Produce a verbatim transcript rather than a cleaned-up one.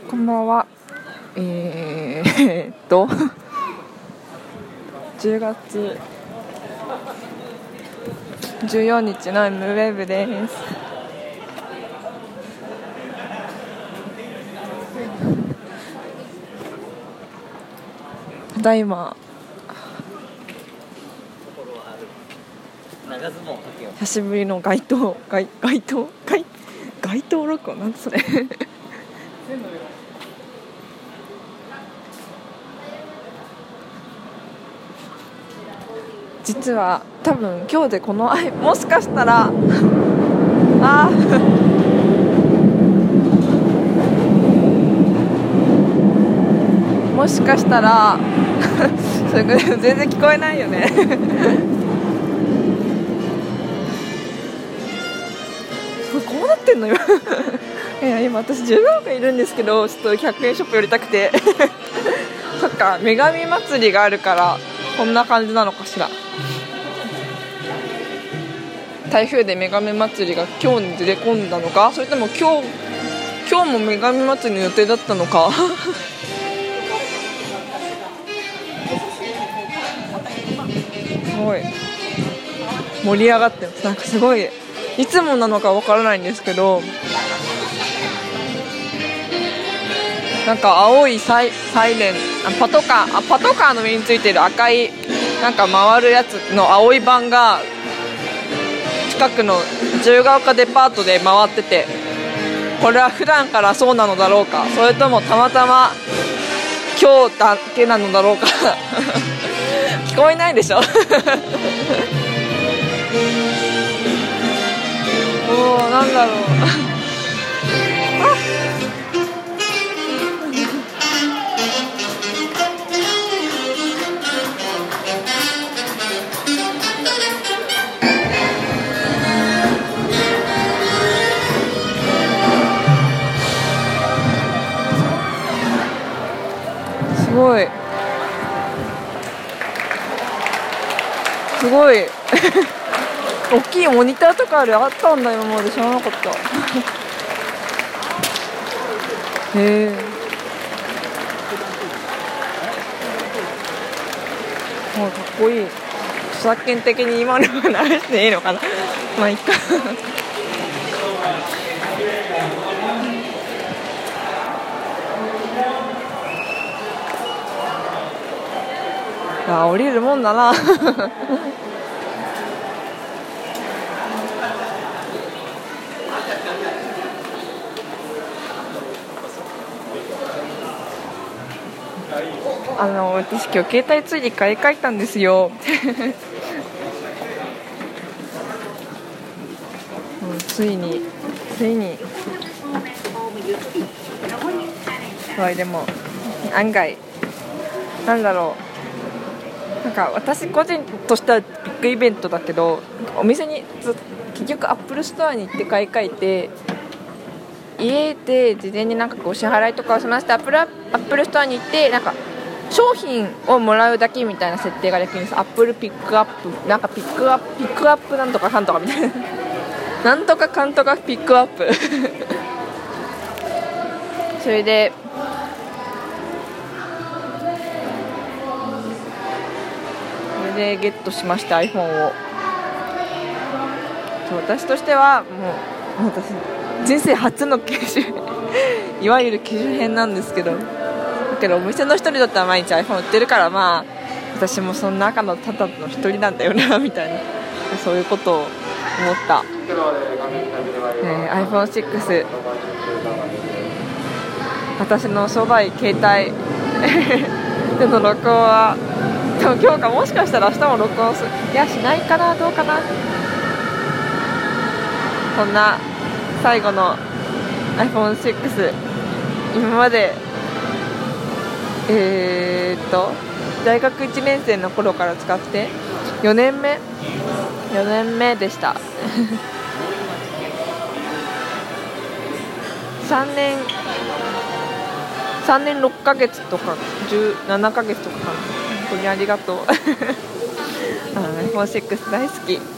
こんばんは。えー、っとじゅうがつじゅうよっかの エムウェブ です。ただいま久しぶりの街頭街街頭街街頭録音なんてそれ実は多分今日でこのあもしかしたらあもしかしたらそれ全然聞こえないよねこうなってんのよいや今私じゅうごおくいるんですけど、ちょっとひゃくえんショップ寄りたくてそっか、女神祭りがあるからこんな感じなのかしら。台風で女神祭りが今日にずれ込んだのか、それとも今日今日も女神祭りの予定だったのかすごい盛り上がってます。なんかすごいいつもなのかわからないんですけど、なんか青いサイ、サイレンあパトカーあパトカーの上についてる赤いなんか回るやつの青い版が近くの自由が丘デパートで回ってて、これは普段からそうなのだろうか、それともたまたま今日だけなのだろうか聞こえないでしょおー、なんだろうすごいすごい大きいモニターとかあるあったんだ、今まで知らなかったへえあ、かっこいい。著作権的に今のは流していいのかなまあいいかあ、降りるもんだなあの私今日携帯ついに買い替えたんですようん、ついについにはい、でも案外なんだろう、なんか私個人としてはビッグイベントだけど、お店に結局アップルストアに行って買い替えて、家で事前になんかお支払いとかをしまして、アップルアップルストアに行ってなんか商品をもらうだけみたいな設定ができるんです。アップルピックアップなんかピックアップピックアップなんとかかんとかみたいななんとかかんとかピックアップそれでそれでゲットしました iPhone を。そう、私としてはもう私人生初の機種いわゆる機種編なんですけど、だけどお店の人にとっては毎日 iPhone 売ってるから、まあ私もその中のただの一人なんだよなみたいな、そういうことを思った、えー、アイフォンシックス 私の初代携帯での録音はでも今日かもしかしたら明日も録音する、いやしないかな、どうかな。こんな最後の アイフォンシックス、 今までえーっと大学いちねん生の頃から使ってよねんめよねんめでしたさんねんさんねんろっかげつとかじゅうななかげつとかかな。本当にありがとうアイフォンシックス大好き。